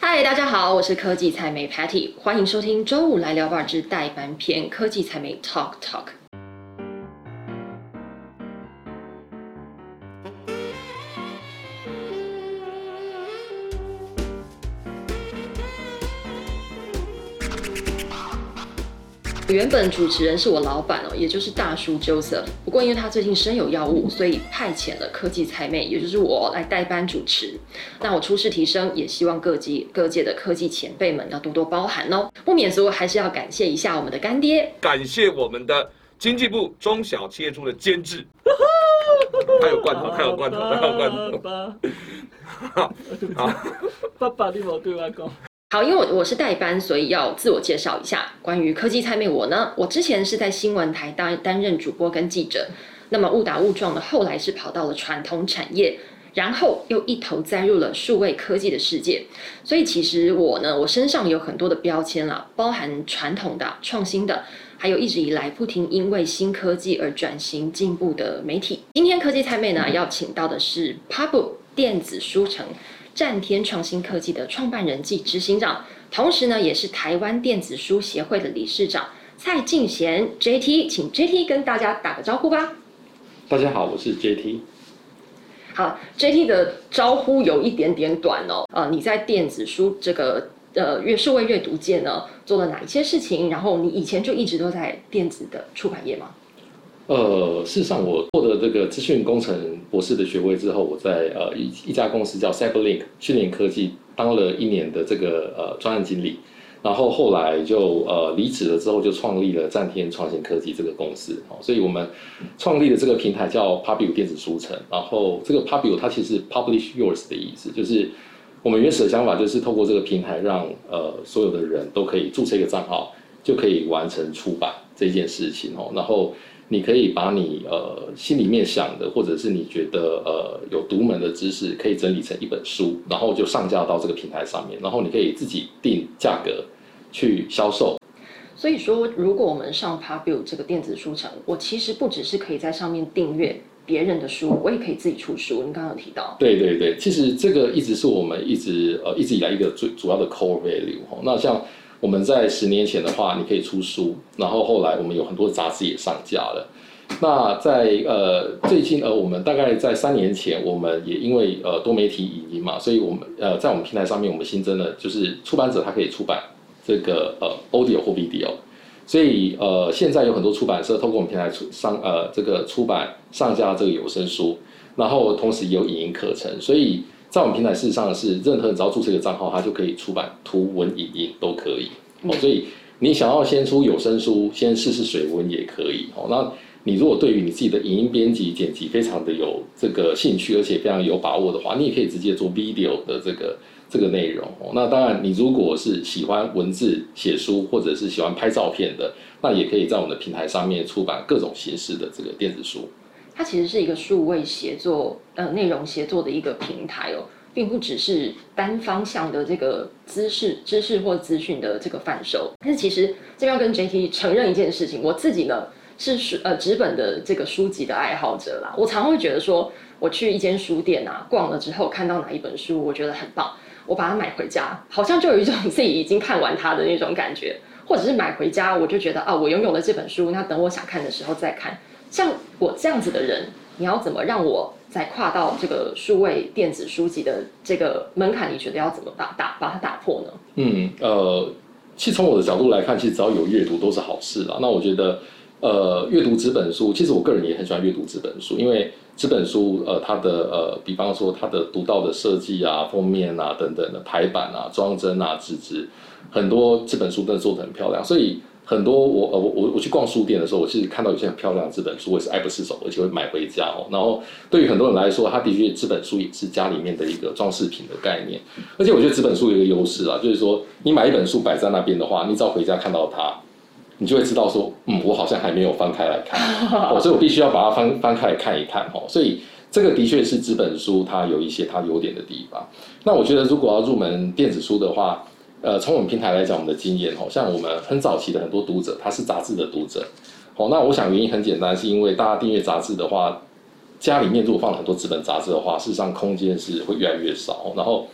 嗨，大家好，我是科技采媒 Patty， 欢迎收听周五来聊吧之代班篇科技采媒 Talk Talk。原本主持人是我老板也就是大叔 Joseph， 不过因为他最近身有要务，所以派遣了科技采妹，也就是我来代班主持。那我出世提升，也希望各界的科技前辈们要多多包涵哦。不免俗，还是要感谢一下我们的干爹， 感谢我们的经济部中小企业处的监制。还有罐头，还有罐头，还有罐头。好， 爸爸，你冇对我讲。 好，因为我是代班，所以要自我介绍一下。关于科技菜妹我之前是在新闻台担任主播跟记者，那么误打误撞的后来是跑到了传统产业，然后又一头栽入了数位科技的世界。所以其实我身上有很多的标签啦，包含传统的、创新的，还有一直以来不停因为新科技而转型进步的媒体。今天科技菜妹呢，要请到的是 Pabu 电子书城战天创新科技的创办人暨执行长，同时呢，也是台湾电子书协会的理事长蔡敬贤 JT， 请 JT 跟大家打个招呼吧。 大家好，我是 JT。 好 ，JT 的招呼有一点点短哦。你在电子书这个数位阅读界呢，做了哪一些事情？然后你以前就一直都在电子的出版业吗？ 事实上，我获得这个资讯工程博士的学位之后，我在一家公司叫 CyberLink 讯联科技当了1年的这个专案经理，然后后来就离职了之后，就创立了战天创新科技这个公司。所以我们创立的这个平台叫 Pabu 电子书城，然后这个 Pabu 它其实是 Publish Yours 的意思，就是我们原始的想法就是透过这个平台让所有的人都可以注册一个账号，就可以完成出版这件事情。然后你可以把你心里面想的，或者是你觉得有独门的知识，可以整理成一本书，然后就上架到这个平台上面，然后你可以自己定价格去销售。 所以说，如果我们上 Pabu 这个电子书城，我其实不只是可以在上面订阅别人的书，我也可以自己出书。您刚刚有提到， 对对对，其实这个一直是我们一直以来一个最主要的 core value。那像我们在10年前的话，你可以出书，然后后来我们有很多杂志也上架了。那在最近我们大概在3年前，我们也因为多媒体影音嘛，所以我们在我们平台上面，我们新增了就是出版者他可以出版这个audio 或 video， 所以现在有很多出版社透过我们平台这个出版上架这个有声书，然后同时也有影音课程，所以在我们平台事实上是任何人只要注册一个账号，他就可以出版图文影音都可以。所以你想要先出有声书，先试试水温也可以。那你如果对于你自己的影音编辑剪辑非常的有这个兴趣，而且非常有把握的话，你也可以直接做 video 的这个内容。那当然，你如果是喜欢文字写书，或者是喜欢拍照片的，那也可以在我们的平台上面出版各种形式的这个电子书。 它其实是一个数位协作内容协作的一个平台并不只是单方向的这个知识或资讯的这个贩售。但是其实这边要跟 JT 承认一件事情，我自己呢是纸本的这个书籍的爱好者啦。我常会觉得说，我去一间书店逛了之后，看到哪一本书我觉得很棒，我把它买回家，好像就有一种自己已经看完它的那种感觉。或者是买回家，我就觉得我拥有了这本书，那等我想看的时候再看。像我这样子的人，你要怎么让我再跨到这个数位电子书籍的这个门槛？你觉得要怎么把它打破呢？ 其实从我的角度来看，其实只要有阅读都是好事啦。那我觉得，阅读纸本书，其实我个人也很喜欢阅读纸本书，因为纸本书它的比方说它的读到的设计啊、封面啊等等的排版啊、装帧啊、纸质，很多纸本书真的做得很漂亮，所以很多我去逛书店的时候，我其实看到有些很漂亮的纸本书，我也是爱不释手，而且会买回家然后对于很多人来说，它的确纸本书也是家里面的一个装饰品的概念。而且我觉得纸本书有一个优势啊，就是说你买一本书摆在那边的话，你只要回家看到它，你就会知道说，我好像还没有翻开来看所以我必须要把它翻开来看一看所以这个的确是纸本书它有一些它优点的地方。那我觉得如果要入门电子书的话，从我们平台来讲，我们的经验像我们很早期的很多读者，他是杂志的读者那我想原因很简单，是因为大家订阅杂志的话，家里面如果放了很多纸本杂志的话，事实上空间是会越来越少，然后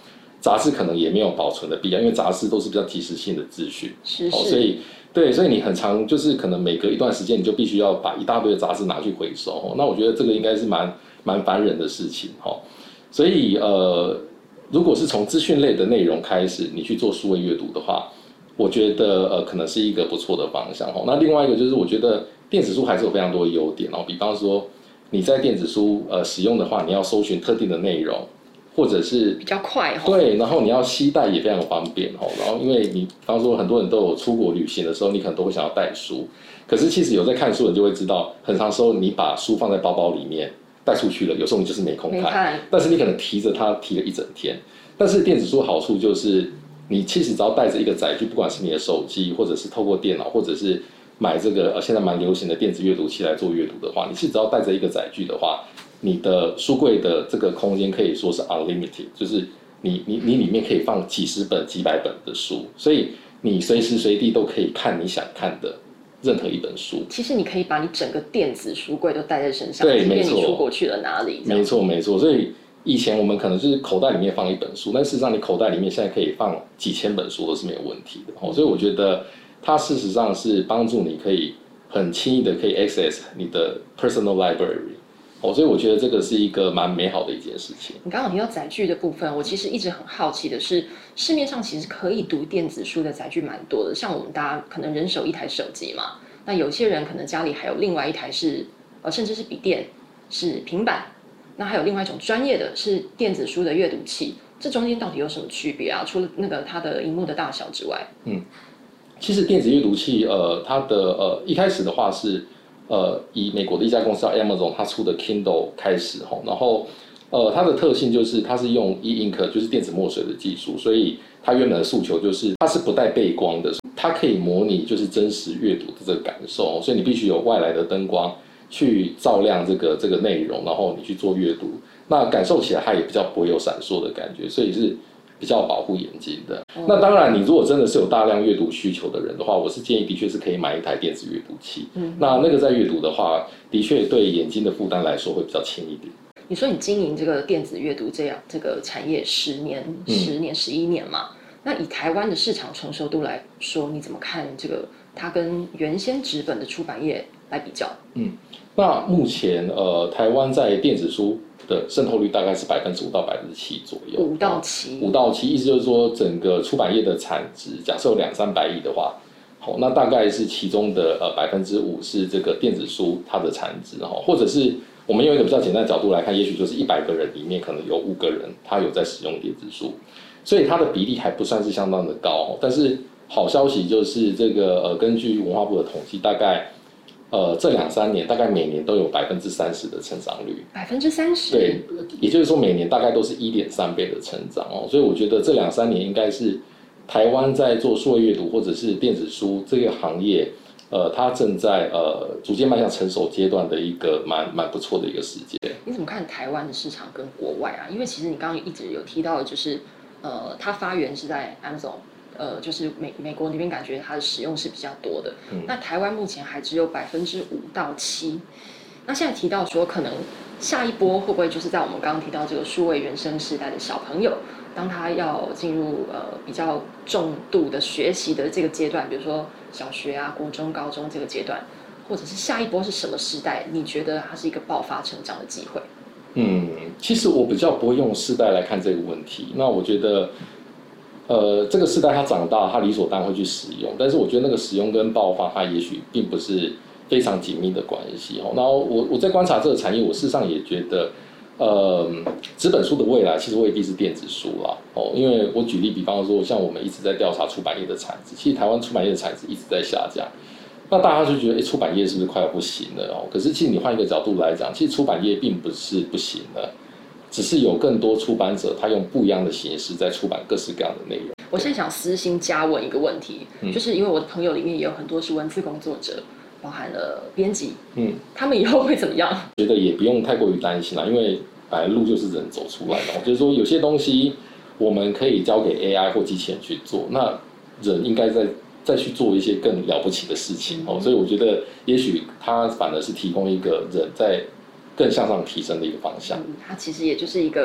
杂志可能也没有保存的必要，因为杂志都是比较即时性的资讯， 是， 所以你很常就是可能每隔一段时间你就必须要把一大堆的杂志拿去回收，那我觉得这个应该是蛮烦人的事情，所以如果是从资讯类的内容开始，你去做数位阅读的话，我觉得可能是一个不错的方向。那另外一个就是我觉得电子书还是有非常多的优点，比方说你在电子书使用的话，你要搜寻特定的内容，或者是比较快对，然后你要携带也非常方便然后因为你比方说很多人都有出国旅行的时候，你可能都会想要带书，可是其实有在看书的人就会知道，很长时候你把书放在包包里面带出去了，有时候你就是没空看，但是你可能提着它提了一整天。但是电子书好处就是，你其实只要带着一个载具，不管是你的手机，或者是透过电脑，或者是买这个现在蛮流行的电子阅读器来做阅读的话，你其实只要带着一个载具的话，你的书柜的这个空间可以说是 unlimited， 就是你里面可以放几十本、几百本的书，所以你随时随地都可以看你想看的任何一本书。 其实你可以把你整个电子书柜都带在身上， 对，没错， 即便你出国去了哪里， 没错。所以以前我们可能就是口袋里面放一本书，但事实上你口袋里面现在可以放几千本书都是没有问题的。所以我觉得它事实上是帮助你可以很轻易的可以 access 你的 personal library。所以我觉得这个是一个蛮美好的一件事情。 你刚刚提到载具的部分，我其实一直很好奇的是，市面上其实可以读电子书的载具蛮多的，像我们大家可能人手一台手机嘛，那有些人可能家里还有另外一台是甚至是笔电，是平板，那还有另外一种专业的是电子书的阅读器，这中间到底有什么区别啊？除了那个它的萤幕的大小之外， 其实电子阅读器它的一开始的话是以美国的一家公司叫 Amazon 它出的 Kindle 开始然后它的特性就是它是用 e-ink 就是电子墨水的技术，所以它原本的诉求就是它是不带背光的，它可以模拟就是真实阅读的这个感受，所以你必须有外来的灯光去照亮这个内容，然后你去做阅读，那感受起来它也比较不会有闪烁的感觉，所以是比较保护眼睛的。那当然，你如果真的是有大量阅读需求的人的话，我是建议的确是可以买一台电子阅读器。那个在阅读的话，的确对眼睛的负担来说会比较轻一点。 你说你经营这个电子阅读这个产业10年、11年嘛？那以台湾的市场成熟度来说，你怎么看这个它跟原先纸本的出版业来比较？ 那目前台湾在电子书的渗透率大概是5%到7%左右。5到7，意思就是说整个出版业的产值，假设有200-300亿的话，那大概是其中的5%是这个电子书它的产值，或者是我们用一个比较简单的角度来看，也许就是100个人里面可能有5个人他有在使用电子书，所以它的比例还不算是相当的高。但是好消息就是这个根据文化部的统计，大概这2-3年大概每年都有30%的成长率。 30%？ 对，也就是说每年大概都是1.3倍的成长所以我觉得这2-3年应该是台湾在做数位阅读或者是电子书这个行业，它正在逐渐迈向成熟阶段的一个蛮不错的一个时间。 你怎么看台湾的市场跟国外啊？因为其实你刚刚一直有提到的就是它发源是在 Amazon。就是美国那边感觉它的使用是比较多的，那台湾目前还只有5%到7%。那现在提到说，可能下一波会不会就是在我们刚刚提到这个数位原生世代的小朋友，当他要进入比较重度的学习的这个阶段，比如说小学啊、国中、高中这个阶段，或者是下一波是什么时代？你觉得它是一个爆发成长的机会？ 其实我比较不会用世代来看这个问题。那我觉得。这个世代他长大，他理所当然会去使用，但是我觉得那个使用跟爆发，它也许并不是非常紧密的关系然后我在观察这个产业，我事实上也觉得，纸本书的未来其实未必是电子书啦因为我举例，比方说像我们一直在调查出版业的产值，其实台湾出版业的产值一直在下降，那大家就觉得，出版业是不是快要不行了可是其实你换一个角度来讲，其实出版业并不是不行了。只是有更多出版者，他用不一样的形式在出版各式各样的内容。 我现在想私心加问一个问题，就是因为我的朋友里面也有很多是文字工作者，包含了编辑，他们以后会怎么样？ 觉得也不用太过于担心啦，因为本来路就是人走出来的，就是说有些东西我们可以交给 AI 或机器人去做，那人应该再去做一些更了不起的事情所以我觉得也许它反而是提供一个人在更向上提升的一个方向。 它其实也就是一个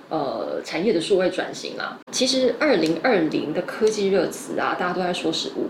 产业的数位转型啦。其实2020的科技热词啊，大家都在说是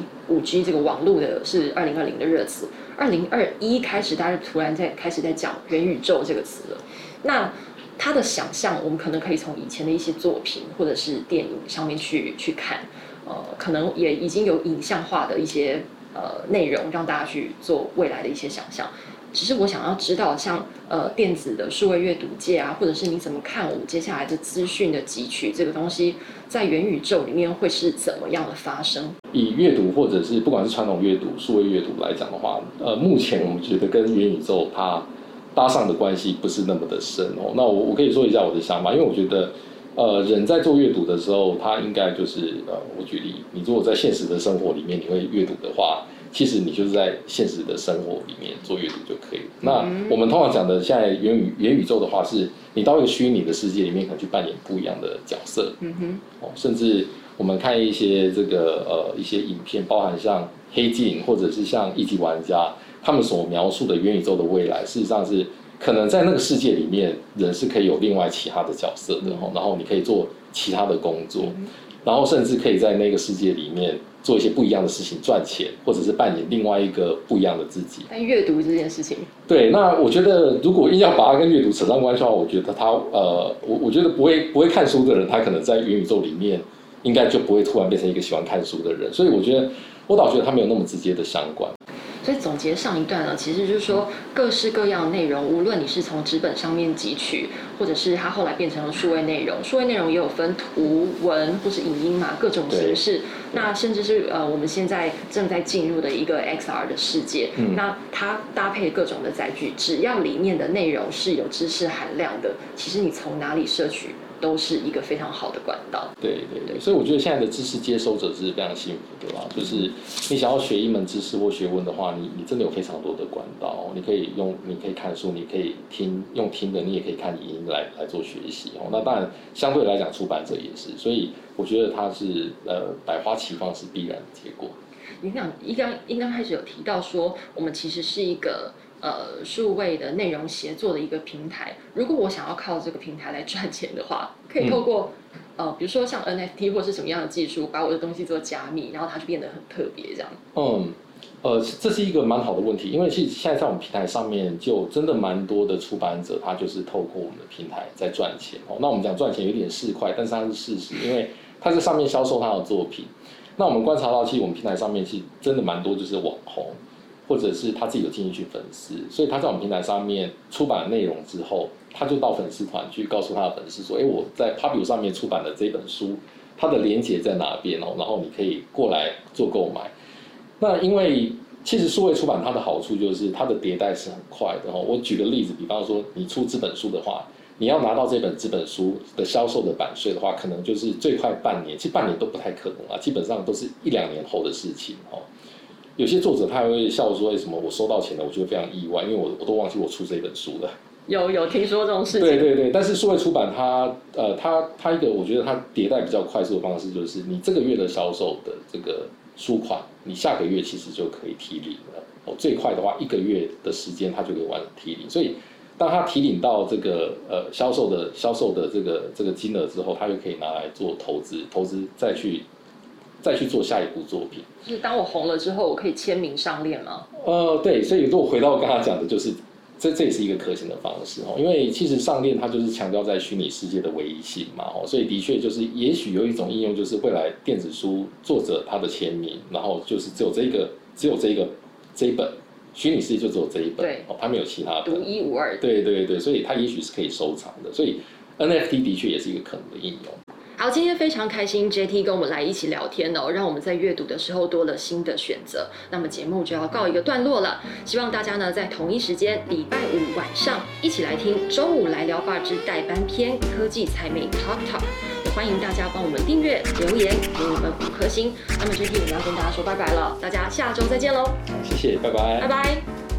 5G 这个网络的是2020的热词。2021开始，大家突然开始在讲元宇宙这个词了。那他的想象，我们可能可以从以前的一些作品或者是电影上面去看，可能也已经有影像化的一些内容，让大家去做未来的一些想象。只是我想要知道，像电子的数位阅读界啊，或者是你怎么看我们接下来的资讯的汲取这个东西，在元宇宙里面会是怎么样的发生？ 以阅读或者是不管是传统阅读、数位阅读来讲的话，目前我们觉得跟元宇宙它搭上的关系不是那么的深哦。那我可以说一下我的想法，因为我觉得人在做阅读的时候，他应该就是我举例，你如果在现实的生活里面你会阅读的话，其实你就是在现实的生活里面做阅读就可以了。那我们通常讲的现在元宇宙的话，是你到一个虚拟的世界里面，可能去扮演不一样的角色。甚至我们看一些这个一些影片，包含像黑镜或者是像一级玩家，他们所描述的元宇宙的未来，事实上是可能在那个世界里面，人是可以有另外其他的角色的，然后你可以做其他的工作，然后甚至可以在那个世界里面做一些不一样的事情赚钱，或者是扮演另外一个不一样的自己。 但阅读这件事情， 对，那我觉得如果硬要把它跟阅读扯上关系的话，我觉得我觉得不会看书的人，他可能在元宇宙里面应该就不会突然变成一个喜欢看书的人，所以我倒觉得它没有那么直接的相关。 所以总结上一段呢，其实就是说各式各样的内容，无论你是从纸本上面汲取，或者是它后来变成了数位内容，数位内容也有分图文或是影音嘛，各种形式。那甚至是我们现在正在进入的一个 XR 的世界，那它搭配各种的载具，只要里面的内容是有知识含量的，其实你从哪里摄取都是一个非常好的管道。 对，所以我觉得现在的知识接收者是非常幸福的啦。就是你想要学一门知识或学问的话，你真的有非常多的管道，你可以看书，你可以用听的，你也可以看影音来做学习哦。那当然，相对来讲，出版者也是，所以我觉得它是百花齐放是必然的结果。 你想应该开始有提到说，我们其实是一个数位的内容协作的一个平台。如果我想要靠这个平台来赚钱的话，可以透过比如说像 NFT 或是什么样的技术，把我的东西做加密，然后它就变得很特别这样。 这是一个蛮好的问题，因为其实现在在我们平台上面就真的蛮多的出版者，他就是透过我们的平台在赚钱哦。那我们讲赚钱有点市侩，但是它是事实，因为他在上面销售他的作品。那我们观察到，其实我们平台上面其实真的蛮多就是网红，或者是他自己有进去粉丝，所以他在我们平台上面出版内容之后，他就到粉丝团去告诉他的粉丝说：“我在 Pubu 上面出版的这本书，它的连结在哪边哦？然后你可以过来做购买。”那因为其实数位出版它的好处就是它的迭代是很快的哦。我举个例子，比方说你出纸本书的话，你要拿到这本纸本书的销售的版税的话，可能就是最快半年，其实半年都不太可能啊，基本上都是1-2年后的事情哦。有些作者他还会笑说：“为什么我收到钱了，我觉得非常意外，因为我都忘记我出这本书了。” 有听说这种事情。 对，但是数位出版它一个我觉得它迭代比较快速的方式，就是你这个月的销售的这个书款，你下个月其实就可以提领了。最快的话1个月的时间，它就可以完成提领。所以当它提领到这个销售的这个金额之后，它就可以拿来做投资再去做下一部作品。 就是当我红了之后，我可以签名上链吗？ 对，所以如果回到我刚才讲的，就是这也是一个可行的方式哦。因为其实上链它就是强调在虚拟世界的唯一性嘛哦，所以的确就是也许有一种应用，就是未来电子书作者他的签名，然后就是只有这一本虚拟世界就只有这一本， 对哦， 它没有其他的， 独一无二。 对，所以它也许是可以收藏的，所以 NFT 的确也是一个可能的应用。 好，今天非常开心 JT 跟我们来一起聊天哦，让我们在阅读的时候多了新的选择。那么节目就要告一个段落了，希望大家呢在同一时间礼拜5晚上一起来听周五来聊吧之代班篇科技采美 Talk， 也欢迎大家帮我们订阅留言给我们5颗星。那么 JT 我们要跟大家说拜拜了，大家下周再见喽， 谢谢，拜拜， 拜拜。